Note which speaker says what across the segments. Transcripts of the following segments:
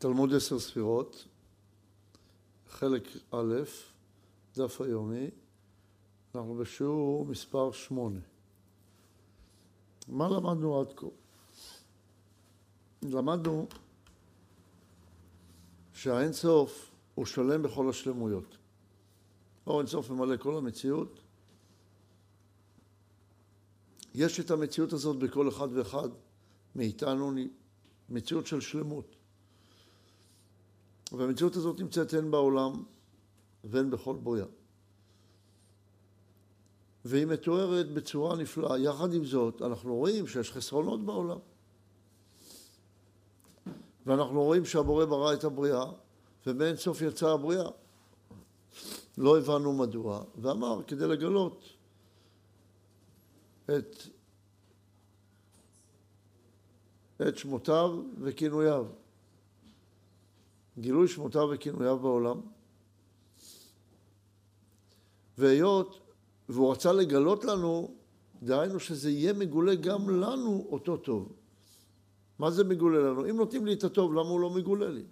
Speaker 1: תלמוד 10 ספירות, חלק א', דף היומי, אנחנו בשיעור מספר 8. מה למדנו עד כה? למדנו שהאין סוף הוא שלם בכל השלמויות. או אין סוף ממלא כל המציאות. יש את המציאות הזאת בכל אחד ואחד מאיתנו, מציאות של שלמות. והמציאות הזאת נמצאת הן בעולם והן בכל בריאה. והיא מתוארת בצורה נפלאה. יחד עם זאת, אנחנו רואים שיש חסרונות בעולם. ואנחנו רואים שהבורא ברא את הבריאה, ובאין סוף יצאה הבריאה. לא הבנו מדוע, ואמר כדי לגלות את שמותיו וכינוייו. גילוי שמותיו וכינוייו בעולם. והוא רצה לגלות לנו, דהיינו שזה יהיה מגולה גם לנו אותו טוב. מה זה מגולה לנו? אם נותנים לי את הטוב, למה הוא לא מגולה לי?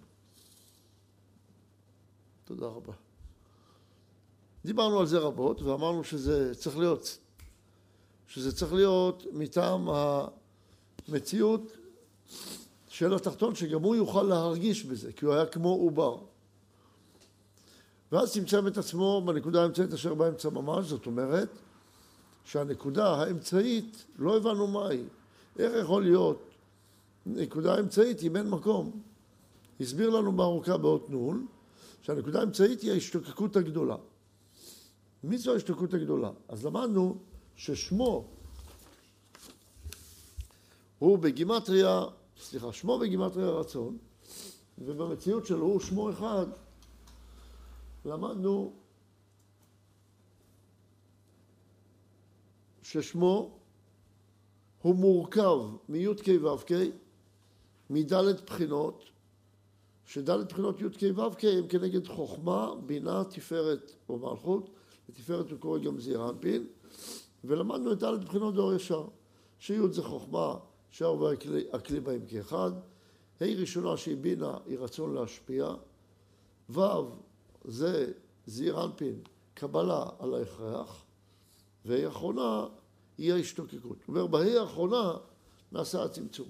Speaker 1: תודה רבה. דיברנו על זה רבות, ואמרנו שזה צריך להיות מטעם המציאות של התחתון, שגם הוא יוכל להרגיש בזה, כי הוא היה כמו עובר. ואז צמצם את עצמו בנקודה האמצעית אשר באמצע ממש, זאת אומרת שהנקודה האמצעית לא הבנו מהי. איך יכול להיות נקודה האמצעית אם אין מקום? הסביר לנו בארוכה באות נון, שהנקודה האמצעית היא ההשתוקקות הגדולה. מי זו ההשתוקקות הגדולה? אז למדנו ששמו הוא בגימטריה, שמו בגימטריה רצון, ובמציאות שלו הוא שמו אחד. למדנו ששמו הוא מורכב מי"ק ו"ק, מד' בחינות, שד' בחינות י"ק ו"ק הם כנגד חוכמה, בינה, תפארת ומלכות, לתפארת הוא קורא גם זעיר אנפין, ולמדנו את ד' בחינות דור ישר, שי' זה חוכמה, שער והכלי בהם כאחד, ה' ראשונה שהיא בינה, היא רצון להשפיע, ו' זה זעיר אנפין, קבלה על ההכרח, וה' האחרונה היא ההשתוקקות. זאת אומרת, בה' האחרונה נעשה הצמצום.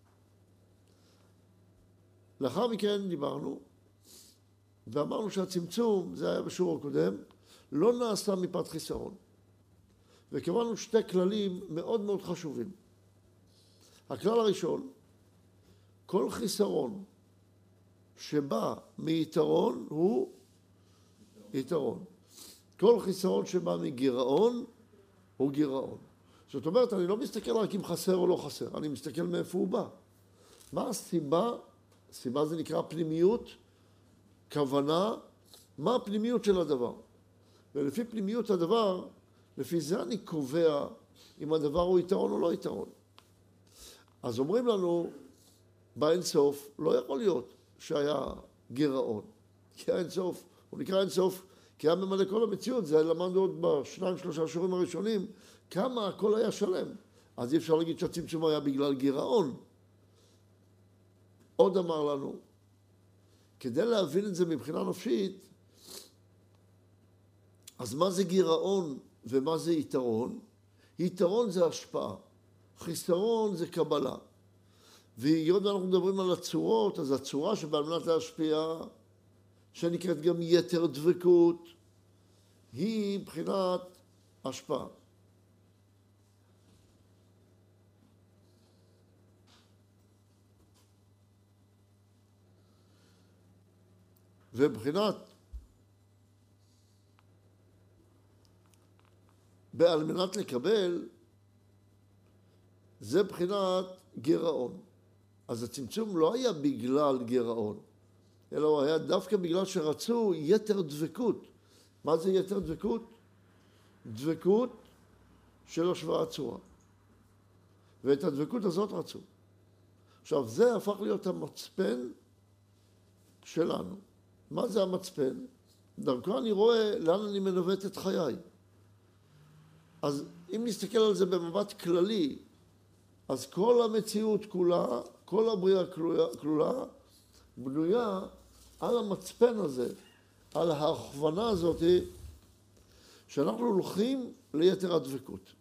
Speaker 1: לאחר מכן דיברנו, ואמרנו שהצמצום, זה היה בשיעור הקודם, לא נעשה מפאת חיסרון. וקבענו שתי כללים מאוד מאוד חשובים. הכלל הראשון, כל חיסרון שבא מיתרון הוא יתרון. כל חיסרון שבא מגירעון הוא גירעון. זאת אומרת, אני לא מסתכל רק אם חסר או לא חסר, אני מסתכל מאיפה הוא בא. מה הסיבה? סיבה זה נקרא פנימיות, כוונה, מה הפנימיות של הדבר. ולפי פנימיות הדבר, לפי זה אני קובע אם הדבר הוא יתרון או לא יתרון. אז אומרים לנו, באינסוף לא יכול להיות שהיה גירעון. כי האינסוף, הוא נקרא אינסוף, כי היה ממלא כל המציאות, זה למדנו עוד ב2-3 שיעורים הראשונים, כמה הכל היה שלם. אז אי אפשר להגיד שהצמצום היה בגלל גירעון. עוד אמר לנו, כדי להבין את זה מבחינה נפשית, אז מה זה גירעון ומה זה יתרון? יתרון זה השפעה, חיסרון זה קבלה. והיות אנחנו מדברים על הצורות, אז הצורה שבעל מנת להשפיע, שנקראת גם יתר דבקות, היא מבחינת השפעה. ובחינת בעל מנת לקבל, זה בחינת גירעון. אז הצמצום לא היה בגלל גירעון, אלא הוא היה דווקא בגלל שרצו יתר דבקות. מה זה יתר דבקות? דבקות של השוואת צורה. ואת הדבקות הזאת רצו. עכשיו, זה הפך להיות המצפן שלנו. מה זה המצפן? דרכו אני רואה לאן אני מנווט את חיי. אז אם נסתכל על זה במבט כללי, אז כל המציאות כולה, כל הבריאה כלולה בנויה על המצפן הזה, על ההכוונה הזאת, שאנחנו הולכים ליתר הדבקות.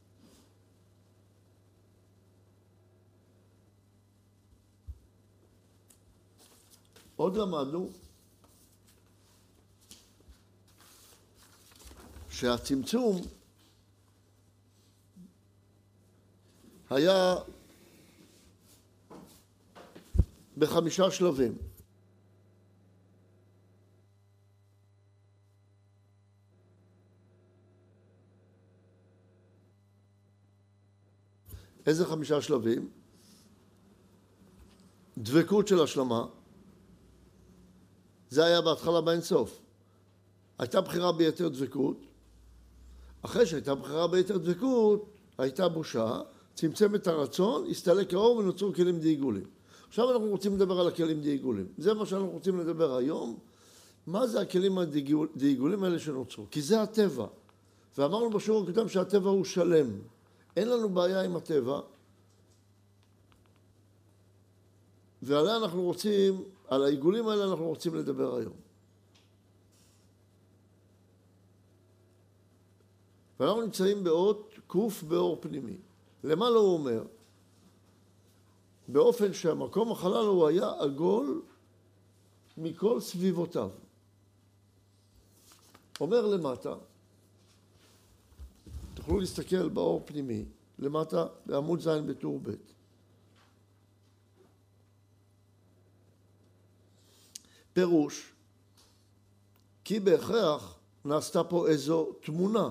Speaker 1: עוד למדנו שהצמצום היה ב5 שלבים. איזה 5 שלבים? דבקות של השלמה. זה היה בהתחלה באינסוף. הייתה בחירה ביתר דבקות. אחרי שהייתה בחירה ביתר דבקות, הייתה בושה, צמצם את הרצון, הסתלק האור ונוצרו כלים די-עיגולים. עכשיו אנחנו רוצים לדבר על הכלים די-עיגולים. זה מה שאנחנו רוצים לדבר היום. מה זה הכלים הדי-עיגולים האלה שנוצרו? כי זה הטבע. ואמרנו בשיעור הקודם שהטבע הוא שלם. אין לנו בעיה עם הטבע. ועליה אנחנו רוצים, על העיגולים האלה אנחנו רוצים לדבר היום. ואנחנו נמצאים באות קוף באור פנימי. למה לא הוא אומר? באופן שהמקום החלל הוא היה עגול מכל סביבותיו. אומר למטה, תוכלו להסתכל באור פנימי, למטה בעמוד זין בטור ב'. פירוש, כי בהכרח נעשתה פה איזו תמונה.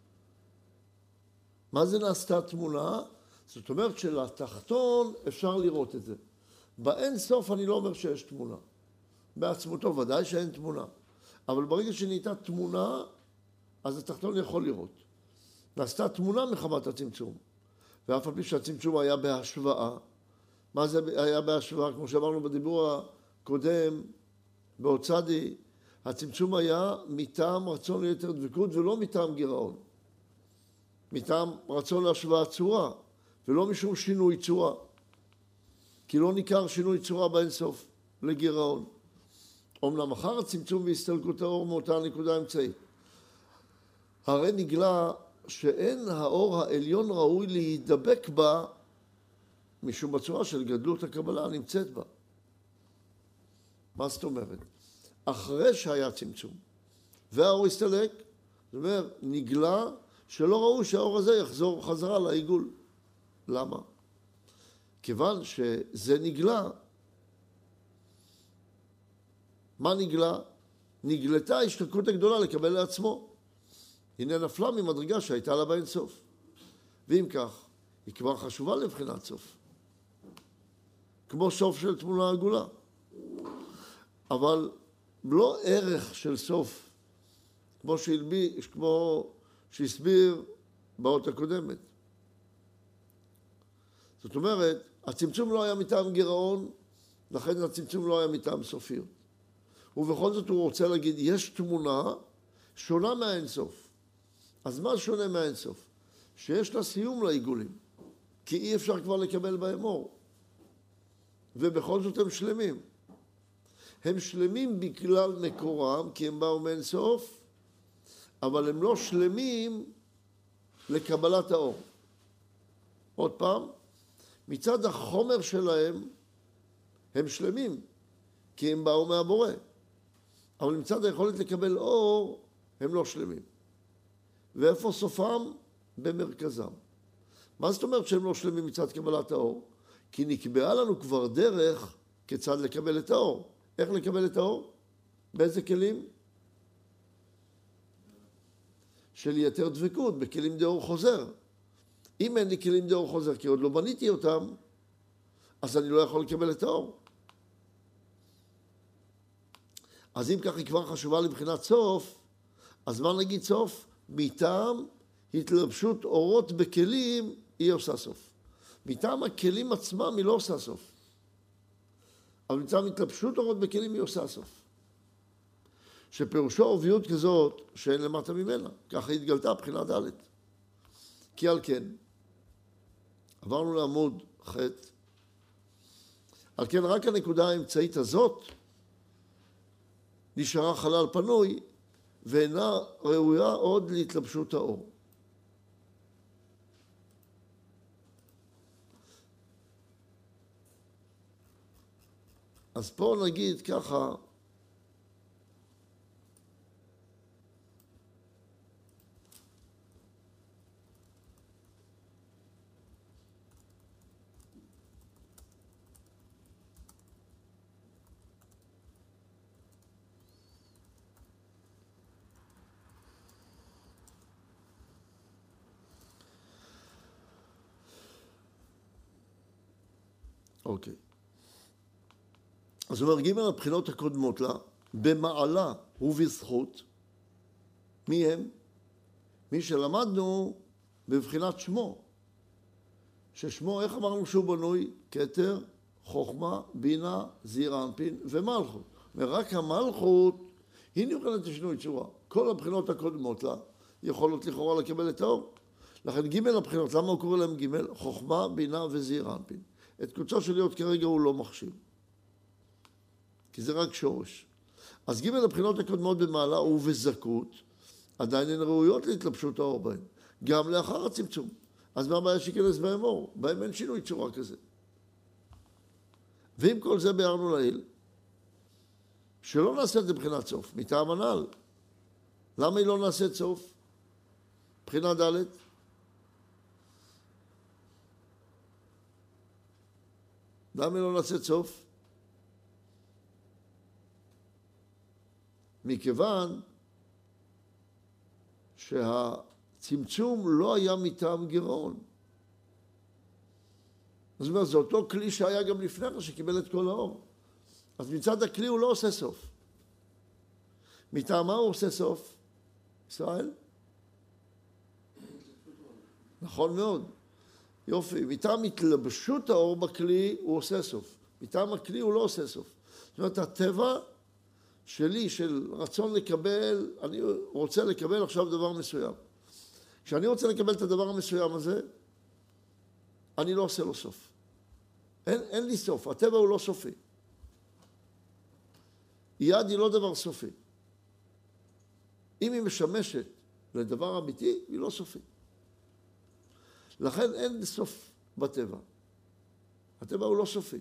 Speaker 1: מה זה נעשתה תמונה? זאת אומרת שלתחתון אפשר לראות את זה. באין סוף אני לא אומר שיש תמונה. בעצמותו ודאי שאין תמונה. אבל ברגע שנהייתה תמונה, אז התחתון יכול לראות. נעשתה תמונה מחמת הצמצום. ואף על פי שהצמצום היה בהשוואה. מה זה היה בהשוואה? כמו שאמרנו בדיבור הקודם, בהוצדי, הצמצום היה מטעם רצון ליתר דבקות ולא מטעם גירעון. מטעם רצון להשוואת צורה, ולא משום שינוי צורה. כי לא ניכר שינוי צורה באינסוף לגירעון. אומנם אחר הצמצום והסתלקות האור מאותה נקודה אמצעית. הרי נגלה שאין האור העליון ראוי להידבק בה משום בצורה של גדלות הקבלה הנמצאת בה. מה זאת אומרת? אחרי שהיה צמצום והאור הסתלק, זאת אומרת, נגלה שלא ראו שהאור הזה יחזור חזרה לעיגול. למה? כיוון שזה נגלה. מה נגלה? נגלתה ההשתוקקות הגדולה לקבל לעצמו. הנה נפלה ממדרגה שהייתה לה באין סוף. ואם כך, היא כבר חשובה לבחינת סוף. כמו סוף של תמונה עגולה. אבל לא ערך של סוף, כמו שהסביר באות הקודמת. זאת אומרת, הצמצום לא היה מטעם גירעון, לכן הצמצום לא היה מטעם סופיות. ובכל זאת הוא רוצה להגיד, יש תמונה שונה מהאינסוף. אז מה שונה מהאינסוף? שיש לה סיום לעיגולים, כי אי אפשר כבר לקבל בהם אור. ובכל זאת הם שלמים. הם שלמים בגלל מקורם, כי הם באו מאינסוף, אבל הם לא שלמים לקבלת האור. עוד פעם, מצד החומר שלהם הם שלמים, כי הם באו מהבורא. אבל מצד היכולת לקבל אור, הם לא שלמים. ואיפה סופם? במרכזם. מה זאת אומרת שהם לא שלמים מצד קבלת האור? כי נקבעה לנו כבר דרך כיצד לקבל את האור. איך לקבל את האור? באיזה כלים? של יתר דבקות, בכלים דאור חוזר. אם אין לי כלים דאור חוזר, כי עוד לא בניתי אותם, אז אני לא יכול לקבל את האור. אז אם כך היא כבר חשובה לבחינת סוף, אז מה נגיד סוף? מטעם התלבשות אורות בכלים, היא עושה סוף. מטעם הכלים עצמם היא לא עושה סוף. אבל מטעם התלבשות אורות בכלים היא עושה סוף. שפירושו ערביות כזאת שאין למטה ממנה. ככה התגלתה בחינה ד'. כי על כן, עברנו לעמוד ח', על כן רק הנקודה האמצעית הזאת נשארה חלל פנוי ואינה ראויה עוד להתלבשות האור. אז פה נגיד ככה, אוקיי. אז הוא אומר, ג' הבחינות הקודמות לה, במעלה ובזכות, מי הם? מי שלמדנו בבחינת שמו, ששמו, איך אמרנו שהוא בנוי? כתר, חוכמה, בינה, זעיר אנפין ומלכות. ורק המלכות היא נבחנת לשינוי צורה. כל הבחינות הקודמות לה יכולות לכאורה לקבל את האור. לכן ג' הבחינות, למה הוא קורא להם ג'? חוכמה, בינה וזעיר אנפין. את קוצו של להיות כרגע הוא לא מחשיב. כי זה רק שורש. אז ג' הבחינות הקודמות במעלה ובזכות, עדיין הן ראויות להתלבשות האור בהן, גם לאחר הצמצום. אז מה הבעיה שיכנס בהם אור? בהם אין שינוי צורה כזה. ועם כל זה ביארנו לעיל, שלא נעשית לבחינת סוף, מטעם הנ"ל. למה היא לא נעשית סוף? בחינה ד' למה היא לא נעשית סוף? מכיוון שהצמצום לא היה מטעם גירעון. זאת אומרת, זה אותו כלי שהיה גם לפני כן, שקיבל את כל האור. אז מצד הכלי הוא לא עושה סוף. מטעם מה הוא עושה סוף? ישראל? נכון מאוד. יופי. מטעם התלבשות האור בכלי הוא עושה סוף. מטעם הכלי הוא לא עושה סוף. זאת אומרת, הטבע שלי, של רצון לקבל, אני רוצה לקבל עכשיו דבר מסוים. כשאני רוצה לקבל את הדבר המסוים הזה, אני לא עושה לו סוף. אין לי סוף, הטבע הוא לא סופי. יד היא לא דבר סופי. אם היא משמשת לדבר אמיתי, היא לא סופית. לכן אין סוף בטבע. הטבע הוא לא סופי.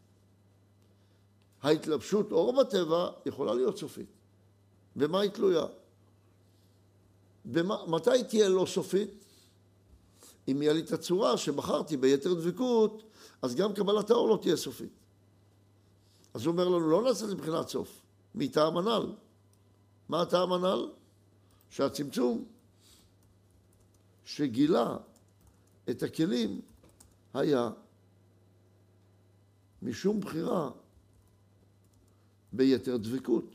Speaker 1: ההתלבשות אור בטבע יכולה להיות סופית. במה היא תלויה? מתי תהיה לא סופית? אם יהיה לי את הצורה שבחרתי ביתר דבקות, אז גם קבלת האור לא תהיה סופית. אז הוא אומר לנו, לא נעשה לבחינת סוף, מטעם הנ"ל. מה הטעם הנ"ל? שהצמצום שגילה את הכלים היה משום בחירה ביתר דבקות,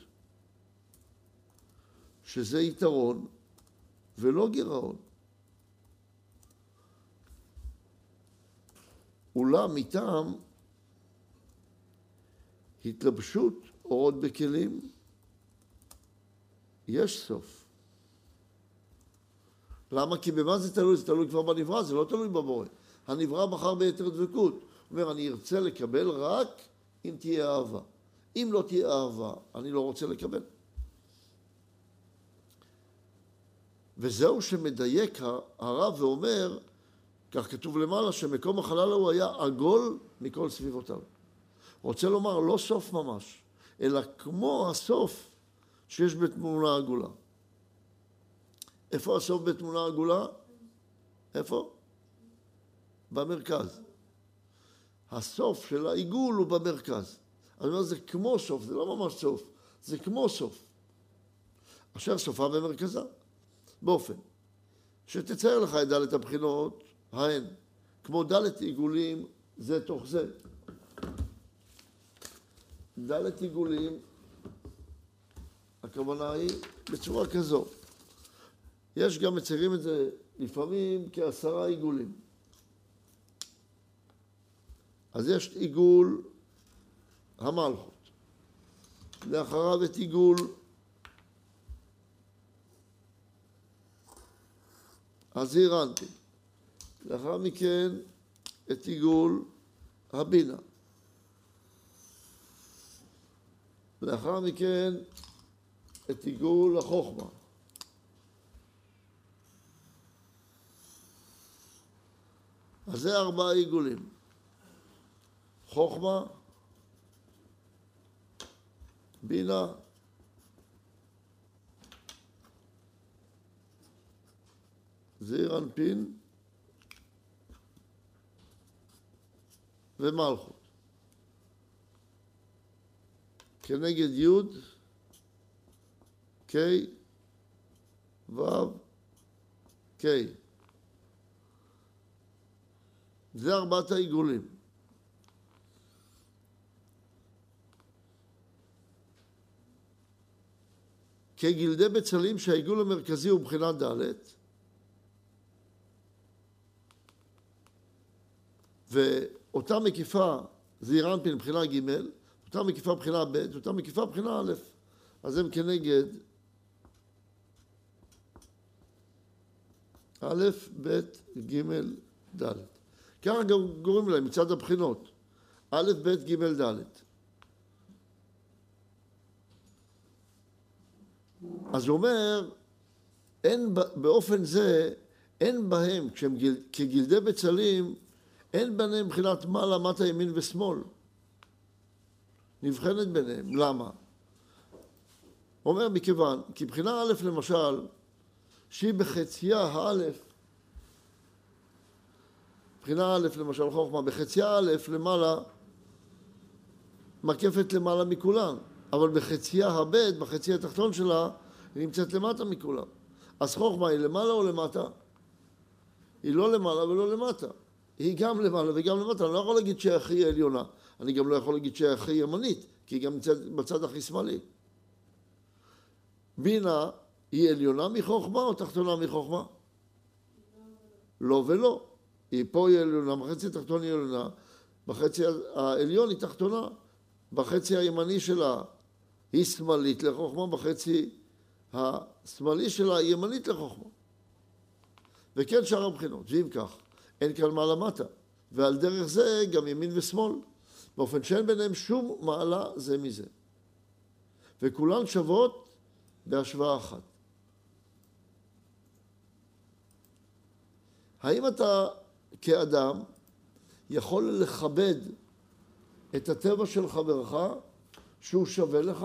Speaker 1: שזה יתרון ולא גירעון. אולם מטעם התלבשות אורות בכלים יש סוף. למה? כי במה זה תלוי? זה תלוי כבר בנברא, זה לא תלוי בבורא. הנברא בחר ביתר דבקות. הוא אומר, אני ארצה לקבל רק אם תהיה אהבה. אם לא תהיה אהבה, אני לא רוצה לקבל. וזהו שמדייק הרב ואומר, כך כתוב למעלה, שמקום החלל הוא היה עגול מכל סביבותיו. רוצה לומר, לא סוף ממש, אלא כמו הסוף שיש בתמונה עגולה. איפה הסוף בתמונה עגולה? איפה? במרכז. הסוף של העיגול הוא במרכז. אז אומר, זה כמו סוף, זה לא ממש סוף, זה כמו סוף. אשר סופה במרכזה. באופן שתצייר לך את ד' הבחינות ההן, כמו ד' עיגולים זה תוך זה. ד' עיגולים, הכוונה היא בצורה כזו. יש גם מציירים את זה לפעמים כ10 עיגולים. אז יש עיגול המלכות, לאחריו את עיגול הזעיר אנפין, לאחר מכן את עיגול הבינה, לאחר מכן את עיגול החוכמה. אז זה 4 עיגולים. חוכמה, בינה, זעיר אנפין ומלכות. כנגד י' ק' ו' ק'. זה 4 העיגולים. כגלדי בצלים שהעיגול המרכזי הוא בחינת ד', ואותה מקיפה זעיר אנפין בחינה ג', אותה מקיפה בחינה ב', אותה מקיפה בחינה א', אז הם כנגד א', ב', ג', ד'. ככה גם גורם להם מצד הבחינות, א', ב', ג', ד'. אז הוא אומר, באופן זה, אין בהם, כשהם כגלדי בצלים, אין ביניהם מבחינת מעלה, מטה, ימין ושמאל. נבחנת ביניהם. למה? הוא אומר, מכיוון, כי בחינה א' למשל, שהיא בחציה האלף, בחינה א' למשל חוכמה, בחציה א' למעלה, מקפת למעלה מכולן, אבל בחציה הב', בחצי התחתון שלה, היא נמצאת למטה מכולם. אז חוכמה היא למעלה או למטה? היא לא למעלה ולא למטה. היא גם למעלה וגם למטה. אני לא יכול להגיד שהיא הכי עליונה. אני גם לא יכול להגיד שהיא הכי ימנית, כי היא גם נמצאת בצד הכי שמאלי. בינה היא עליונה מחוכמה או תחתונה מחוכמה? לא ולא. היא פה היא עליונה, בחצי התחתון היא עליונה, בחצי העליון היא תחתונה, בחצי הימני שלה היא שמאלית לחוכמה, בחצי השמאלי שלה היא ימנית לחוכמה. וכן שאר הבחינות, ואם כך, אין כאן מעלה מטה, ועל דרך זה גם ימין ושמאל, באופן שאין ביניהם שום מעלה זה מזה. וכולן שוות בהשוואה אחת. האם אתה כאדם יכול לכבד את הטבע של חברך שהוא שווה לך?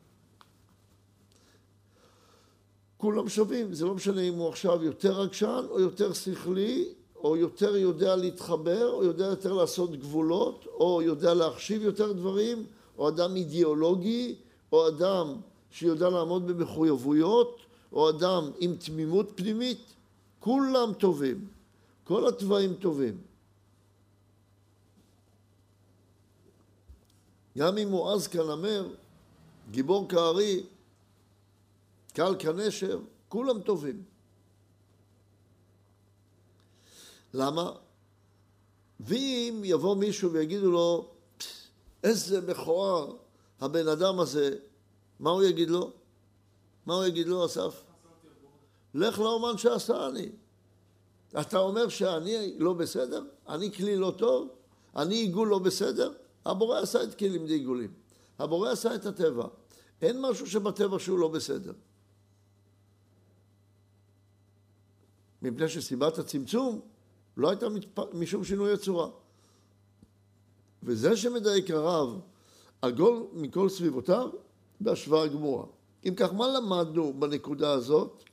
Speaker 1: כולם שווים, זה לא משנה אם הוא עכשיו יותר רגשן או יותר שכלי, או יותר יודע להתחבר, או יודע יותר לעשות גבולות, או יודע להחשיב יותר דברים, או אדם אידיאולוגי, או אדם שיודע לעמוד במחויבויות, או אדם עם תמימות פנימית. כולם טובים, כל הטבעים טובים. גם אם הוא עז כנמר, גיבור כארי, קל כנשר, כולם טובים. למה? ואם יבוא מישהו ויגידו לו, איזה מכוער הבן אדם הזה, מה הוא יגיד לו? מה הוא יגיד לו, אסף? לך לאומן שעשה אני. אתה אומר שאני לא בסדר? אני כלי לא טוב? אני עיגול לא בסדר? הבורא עשה את כלים די עיגולים. הבורא עשה את הטבע. אין משהו שבטבע שהוא לא בסדר. מפני שסיבת הצמצום לא הייתה משום שינוי הצורה. וזה שמדייק הרב עגול מכל סביבותיו בהשוואה גמורה. אם כך, מה למדנו בנקודה הזאת?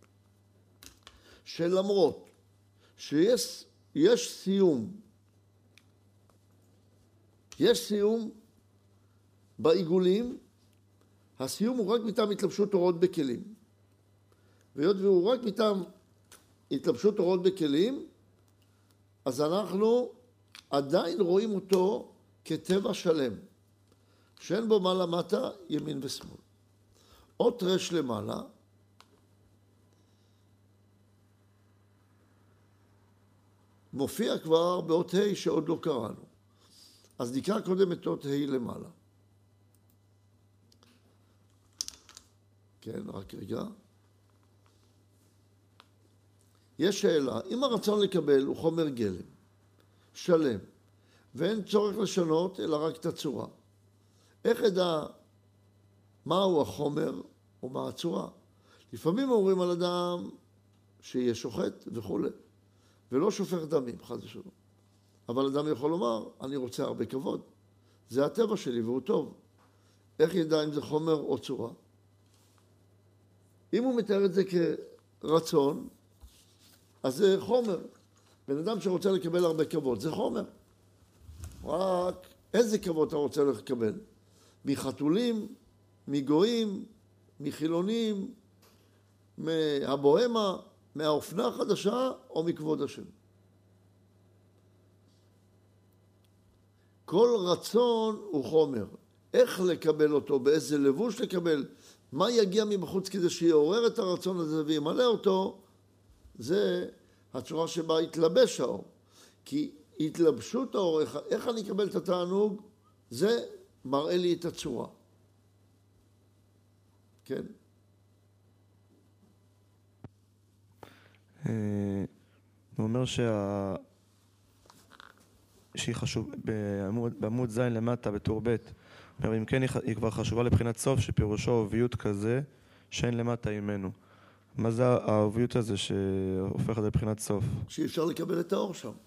Speaker 1: שלמרות שיש סיום, יש סיום בעיגולים, הסיום הוא רק מטעם התלבשות אורות בכלים. והיות והוא רק מטעם התלבשות אורות בכלים, אז אנחנו עדיין רואים אותו כטבע שלם, שאין בו מעלה מטה, ימין ושמאל. אות רש למעלה, מופיע כבר באות ה' שעוד לא קראנו. אז נקרא קודם את אות ה' למעלה. כן, רק רגע. יש שאלה, אם הרצון לקבל הוא חומר גלם, שלם, ואין צורך לשנות אלא רק את הצורה, איך אדע מהו החומר או מה הצורה. לפעמים אומרים על אדם שיהיה שוחט וכו', ולא שופך דמים, חס ושלום. אבל אדם יכול לומר, אני רוצה הרבה כבוד. זה הטבע שלי והוא טוב. איך ידע אם זה חומר או צורה? אם הוא מתאר את זה כרצון, אז זה חומר. בן אדם שרוצה לקבל הרבה כבוד, זה חומר. רק איזה כבוד אתה רוצה לקבל? מחתולים, מגויים, מחילונים, מהבוהמה, מהאופנה החדשה או מכבוד השם. כל רצון הוא חומר. איך לקבל אותו, באיזה לבוש לקבל, מה יגיע מבחוץ כדי שיעורר את הרצון הזה וימלא אותו, זה הצורה שבה יתלבש האור. כי התלבשות האור, איך אני אקבל את התענוג, זה מראה לי את הצורה. כן.
Speaker 2: הוא אומר שהיא חשוב, בעמוד זין למטה, בטור ב', אומר, אם כן היא כבר חשובה לבחינת סוף, שפירושו אוביות כזה, שאין למטה ממנו. מה זה האוביות הזה שהופך את זה לבחינת סוף?
Speaker 1: שאי אפשר לקבל את האור שם.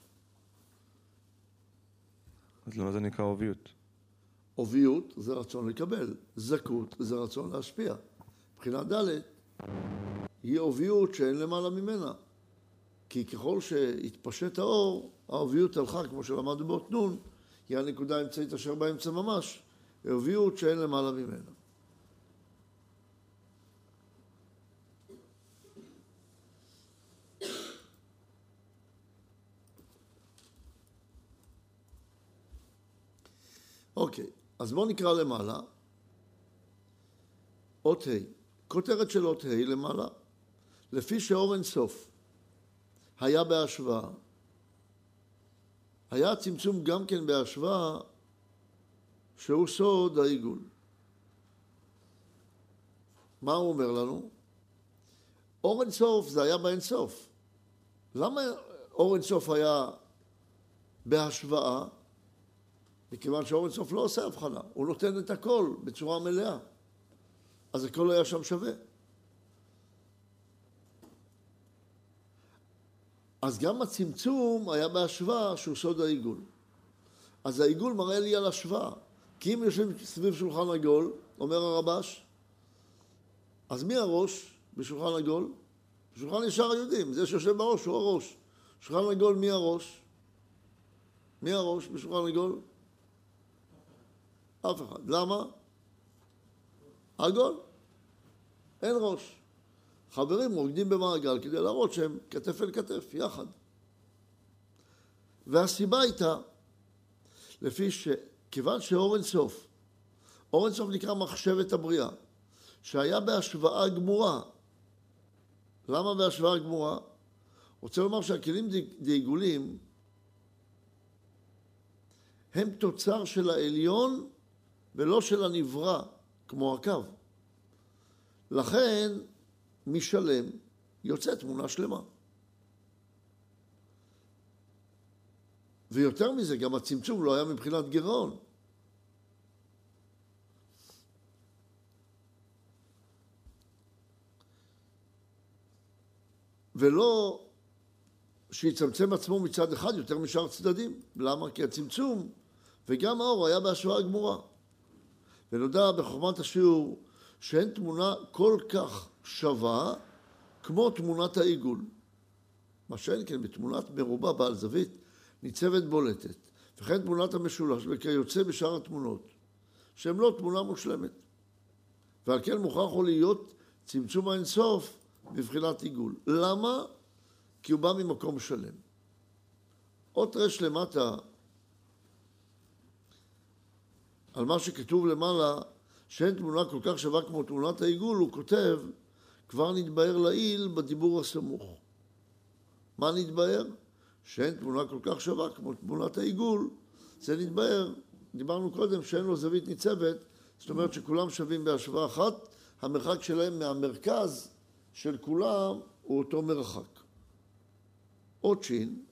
Speaker 2: אז למה זה נקרא אוביות?
Speaker 1: אוביות זה רצון לקבל, זכות זה רצון להשפיע. מבחינה ד' היא אוביות שאין למעלה ממנה. כי ככל שהתפשט האור, האוביות הלכה, כמו שלמדנו באות נון, היא הנקודה האמצעית אשר באמצע ממש, אוביות שאין למעלה ממנה. אוקיי, אז בואו נקרא למעלה. אות ה', כותרת של אות ה' למעלה, לפי שאור אין סוף היה בהשוואה. היה צמצום גם כן בהשוואה שהוא סוד העיגול. מה הוא אומר לנו? אור אין סוף זה היה באין סוף. למה אור אין סוף היה בהשוואה? מכיוון שאור אין סוף לא עושה הבחנה, הוא נותן את הכל בצורה מלאה. אז הכל היה שם שווה. אז גם הצמצום היה בהשוואה שהוא סוד העיגול. אז העיגול מראה לי על השוואה. כי אם יושבים סביב שולחן עגול, אומר הרבש, אז מי הראש בשולחן עגול? בשולחן ישר יודעים, זה שיושב בראש הוא הראש. שולחן עגול מי הראש? מי הראש בשולחן עגול? אף אחד. למה? עגול. אין ראש. חברים רוקדים במעגל כדי להראות שהם כתף אל כתף, יחד. והסיבה הייתה, לפי שכיוון שאור אין סוף, אור אין סוף נקרא מחשבת הבריאה, שהיה בהשוואה גמורה. למה בהשוואה גמורה? רוצה לומר שהכלים דעיגולים הם תוצר של העליון ולא של הנברא, כמו הקו. לכן, משלם יוצא תמונה שלמה. ויותר מזה, גם הצמצום לא היה מבחינת גירעון. ולא שיצמצם עצמו מצד אחד יותר משאר צדדים. למה? כי הצמצום וגם האור היה בהשוואה גמורה. ונודע בחוכמת השיעור שאין תמונה כל כך שווה כמו תמונת העיגול. מה שאין כן בתמונת מרובע בעל זווית ניצבת בולטת, וכן תמונת המשולש וכיוצא בשאר התמונות, שהן לא תמונה מושלמת. ועל כן מוכרח הוא להיות צמצום האינסוף בבחינת עיגול. למה? כי הוא בא ממקום שלם. אות רש למטה, על מה שכתוב למעלה, שאין תמונה כל כך שווה כמו תמונת העיגול, הוא כותב, כבר נתבהר לעיל בדיבור הסמוך. מה נתבהר? שאין תמונה כל כך שווה כמו תמונת העיגול, זה נתבהר, דיברנו קודם שאין לו זווית ניצבת, זאת אומרת שכולם שווים בהשוואה אחת, המרחק שלהם מהמרכז של כולם הוא אותו מרחק. עוד שין,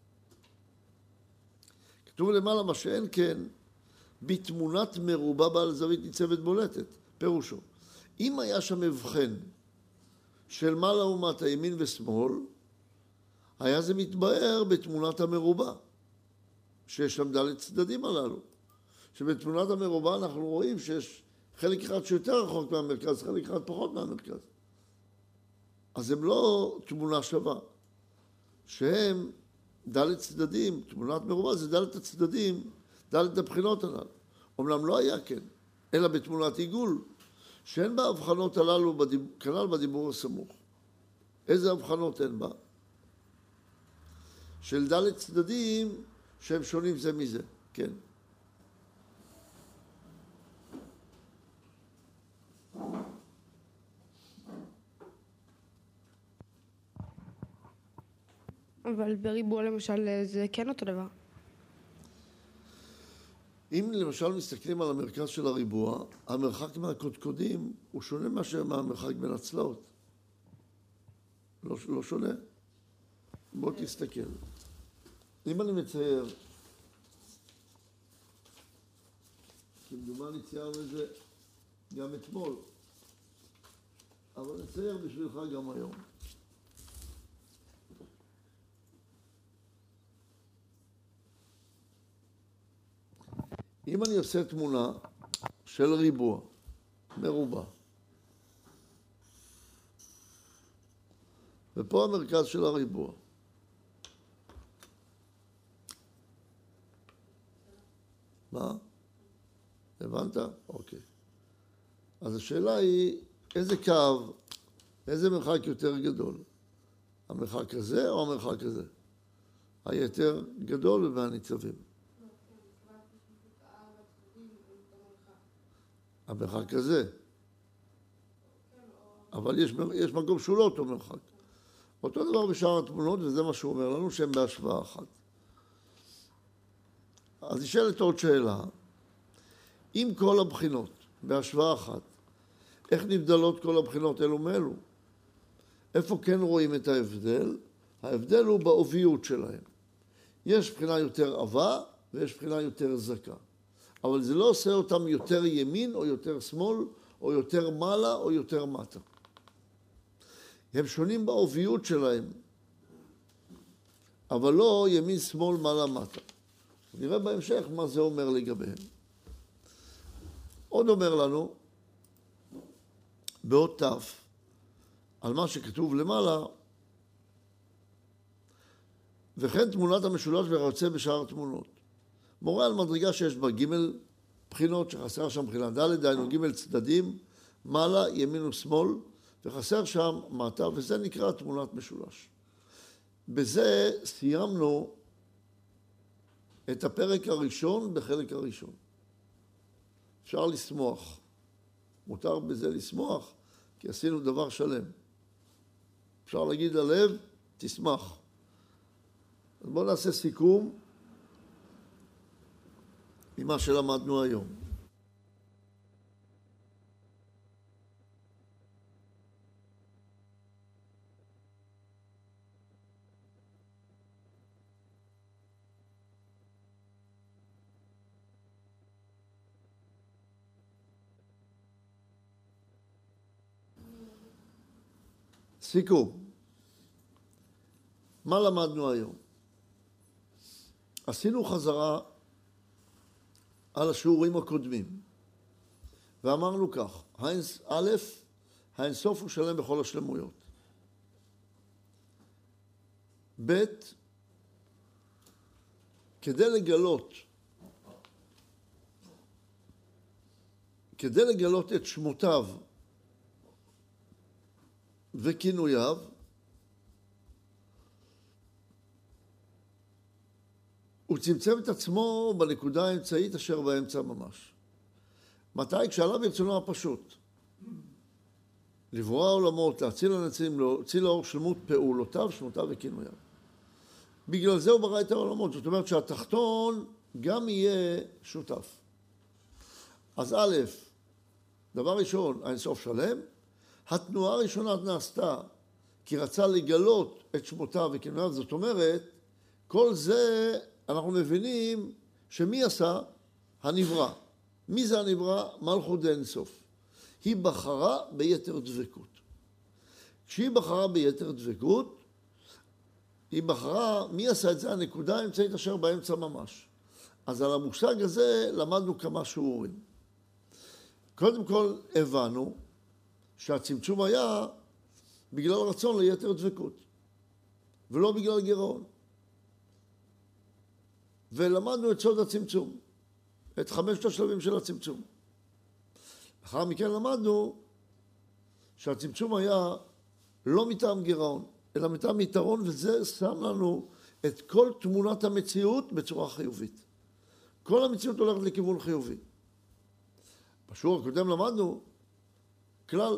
Speaker 1: כתוב למעלה מה שאין כן, בתמונת מרובע בעל זווית ניצבת בולטת, פירושו. אם היה שם מבחן של מעלה ומטה, ימין ושמאל, היה זה מתבהר בתמונת המרובע, שיש שם ד' צדדים הללו. שבתמונת המרובע אנחנו רואים שיש חלק אחד שיותר רחוק מהמרכז, חלק אחד פחות מהמרכז. אז הם לא תמונה שווה. שהם ד' צדדים, תמונת מרובע זה ד' הצדדים, ד' הבחינות הללו. אומנם לא היה כן, אלא בתמונת עיגול, שאין בה הבחנות הללו כנ"ל בדיבור הסמוך. איזה הבחנות אין בה? של ד' צדדים שהם שונים זה מזה, כן.
Speaker 3: אבל בריבוע למשל זה כן אותו דבר.
Speaker 1: אם למשל מסתכלים על המרכז של הריבוע, המרחק מהקודקודים הוא שונה מאשר מהמרחק בין הצלעות. לא שונה. בוא תסתכל. אם אני מצייר, כמדומני ציירנו את זה גם אתמול, אבל נצייר בשבילך גם היום. אם אני עושה תמונה של ריבוע, מרובע, ופה המרכז של הריבוע, מה? הבנת? אוקיי. אז השאלה היא, איזה קו, איזה מרחק יותר גדול? המרחק הזה או המרחק הזה? היותר גדול והניצבים. המרחק הזה. אבל יש מקום שהוא לא אותו מרחק. אותו דבר בשאר התמונות, וזה מה שהוא אומר לנו, שהם בהשוואה אחת. אז נשאלת עוד שאלה, אם כל הבחינות בהשוואה אחת, איך נבדלות כל הבחינות אלו מאלו? איפה כן רואים את ההבדל? ההבדל הוא בעוביות שלהם. יש בחינה יותר עבה ויש בחינה יותר זכה. אבל זה לא עושה אותם יותר ימין או יותר שמאל, או יותר מעלה או יותר מטה. הם שונים בעוביות שלהם, אבל לא ימין, שמאל, מעלה, מטה. נראה בהמשך מה זה אומר לגביהם. עוד אומר לנו, באות ת' על מה שכתוב למעלה, וכן תמונת המשולש וכיוצא בשאר התמונות. מורה על מדרגה שיש בה ג' בחינות, שחסר שם בחינה ד', דהיינו ג' צדדים, מעלה, ימין ושמאל, וחסר שם מטה, וזה נקרא תמונת משולש. בזה סיימנו את הפרק הראשון בחלק הראשון. אפשר לשמוח. מותר בזה לשמוח, כי עשינו דבר שלם. אפשר להגיד ללב, תשמח. אז בואו נעשה סיכום ממה שלמדנו היום. סיכום. מה למדנו היום? עשינו חזרה על השיעורים הקודמים, ואמרנו כך, א', האינסוף הוא שלם בכל השלמויות. ב', כדי לגלות את שמותיו וכינוייו, הוא צמצם את עצמו בנקודה האמצעית אשר באמצע ממש. מתי? כשעלה ברצונו הפשוט. לברוא העולמות, להציל הנצים, להוציא לאור שלמות פעולותיו, שמותיו וכינוייו. בגלל זה הוא ברא את העולמות. זאת אומרת שהתחתון גם יהיה שותף. אז א', דבר ראשון, האינסוף שלם. התנועה הראשונה נעשתה כי רצה לגלות את שמותיו וכינוייו. זאת אומרת, כל זה אנחנו מבינים שמי עשה? הנברא. מי זה הנברא? מלכות דאינסוף. היא בחרה ביתר דבקות. כשהיא בחרה ביתר דבקות, היא בחרה, מי עשה את זה? הנקודה האמצעית אשר באמצע ממש. אז על המושג הזה למדנו כמה שיעורים. קודם כל הבנו שהצמצום היה בגלל רצון ליתר דבקות, ולא בגלל גירעון. ולמדנו את סוד הצמצום, את 5 השלבים של הצמצום. לאחר מכן למדנו שהצמצום היה לא מטעם גירעון, אלא מטעם יתרון, וזה שם לנו את כל תמונת המציאות בצורה חיובית. כל המציאות הולכת לכיוון חיובי. בשיעור הקודם למדנו כלל,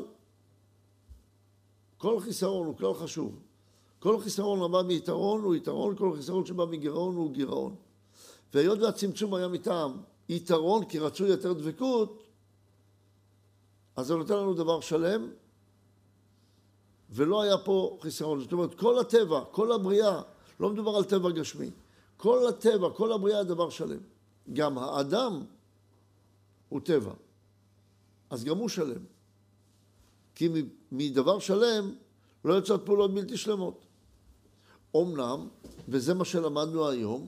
Speaker 1: כל חיסרון הוא כלל חשוב. כל חיסרון הבא מיתרון הוא יתרון, כל חיסרון שבא מגירעון הוא גירעון. והיות והצמצום היה מטעם יתרון כי רצו יותר דבקות, אז זה נותן לנו דבר שלם, ולא היה פה חיסרון. זאת אומרת, כל הטבע, כל הבריאה, לא מדובר על טבע גשמי, כל הטבע, כל הבריאה היא דבר שלם. גם האדם הוא טבע, אז גם הוא שלם. כי מדבר שלם לא יוצאות פעולות בלתי שלמות. אומנם, וזה מה שלמדנו היום,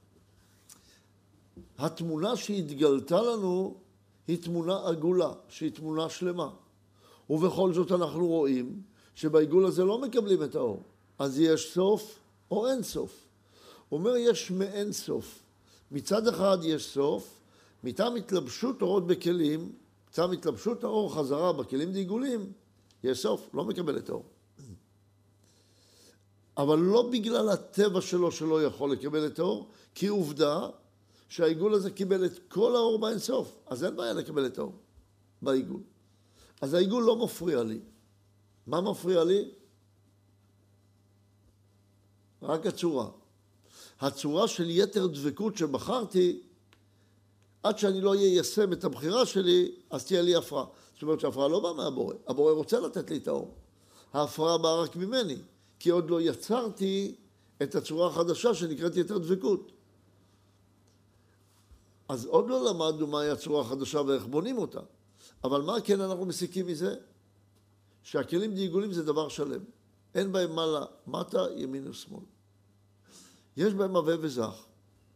Speaker 1: התמונה שהתגלתה לנו היא תמונה עגולה, שהיא תמונה שלמה. ובכל זאת אנחנו רואים שבעיגול הזה לא מקבלים את האור. אז יש סוף או אין סוף. הוא אומר יש מאין סוף. מצד אחד יש סוף, מטעם התלבשות אורות בכלים, מטעם התלבשות האור חזרה בכלים דעיגולים, יש סוף, לא מקבל את האור. אבל לא בגלל הטבע שלו שלא יכול לקבל את האור, כי עובדה שהעיגול הזה קיבל את כל האור באין סוף, אז אין בעיה לקבל את האור בעיגול. אז העיגול לא מפריע לי. מה מפריע לי? רק הצורה. הצורה של יתר דבקות שבחרתי, עד שאני לא יישם את הבחירה שלי, אז תהיה לי הפרעה. זאת אומרת שההפרעה לא באה מהבורא. הבורא רוצה לתת לי את האור. ההפרעה באה רק ממני, כי עוד לא יצרתי את הצורה החדשה שנקראת יתר דבקות. אז עוד לא למדנו מהי הצורה החדשה ואיך בונים אותה. אבל מה כן אנחנו מסיקים מזה? שהכלים דעיגולים זה דבר שלם. אין בהם מעלה, מטה, ימין ושמאל. יש בהם הווה וזך.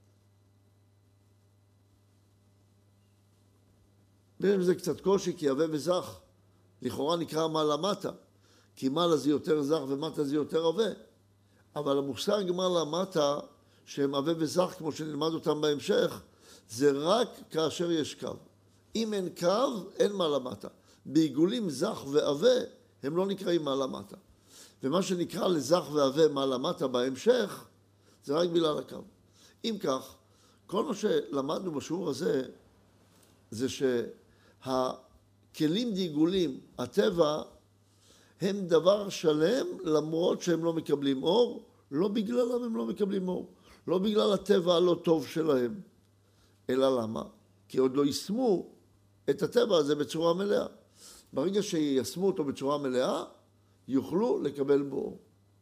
Speaker 1: ויש בזה קצת קושי, כי הווה וזך לכאורה נקרא מעלה מטה. כי מעלה זה יותר זך ומטה זה יותר הווה. אבל המושג מעלה מטה, שהם הווה וזך, כמו שנלמד אותם בהמשך, זה רק כאשר יש קו. אם אין קו, אין מעלה מטה. בעיגולים זך והווה, הם לא נקראים מעלה מטה. ומה שנקרא לזך והווה מעלה מטה בהמשך, זה רק בגלל הקו. אם כך, כל מה שלמדנו בשיעור הזה, זה שהכלים דעיגולים, הטבע, הם דבר שלם, למרות שהם לא מקבלים אור, לא בגללם הם לא מקבלים אור. לא בגלל הטבע הלא טוב שלהם. אלא למה? כי עוד לא יישמו את הטבע הזה בצורה מלאה. ברגע שיישמו אותו בצורה מלאה, יוכלו לקבל בו אור.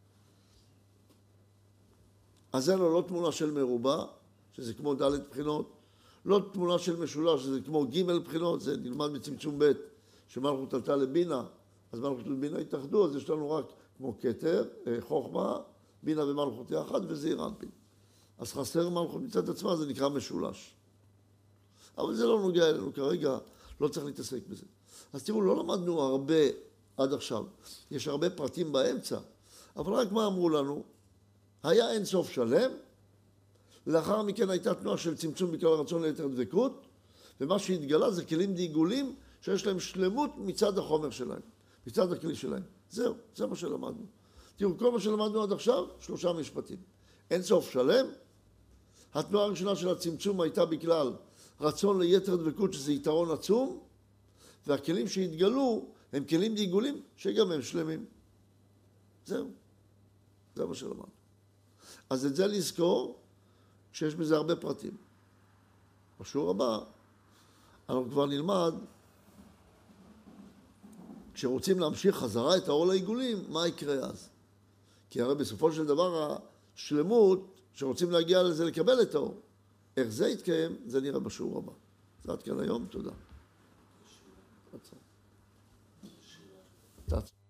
Speaker 1: אז אין לו לא תמונה של מרובע, שזה כמו ד' בחינות, לא תמונה של משולש, שזה כמו ג' בחינות, זה נלמד מצמצום ב', שמלכות עלתה לבינה, אז מלכות ובינה התאחדו, אז יש לנו רק כמו כתר, חוכמה, בינה ומלכות יחד, וזעיר אנפין. אז חסר מלכות מצד עצמה, זה נקרא משולש. אבל זה לא נוגע אלינו כרגע, לא צריך להתעסק בזה. אז תראו, לא למדנו הרבה עד עכשיו. יש הרבה פרטים באמצע, אבל רק מה אמרו לנו? היה אין סוף שלם, לאחר מכן הייתה תנועה של צמצום בגלל הרצון ליתר דבקות, ומה שהתגלה זה כלים דעיגולים שיש להם שלמות מצד החומר שלהם, מצד הכלי שלהם. זהו, זה מה שלמדנו. תראו, כל מה שלמדנו עד עכשיו, 3 משפטים. אין סוף שלם, התנועה הראשונה של הצמצום הייתה בגלל רצון ליתר דבקות שזה יתרון עצום, והכלים שהתגלו הם כלים דעיגולים שגם הם שלמים. זהו, זה מה שלמדנו. אז את זה לזכור שיש בזה הרבה פרטים. בשיעור הבא אנחנו כבר נלמד, כשרוצים להמשיך חזרה את האור לעיגולים, מה יקרה אז? כי הרי בסופו של דבר השלמות שרוצים להגיע לזה לקבל את האור. איך זה יתקיים, זה נראה בשיעור הבא. זה עד כאן היום, תודה. אתה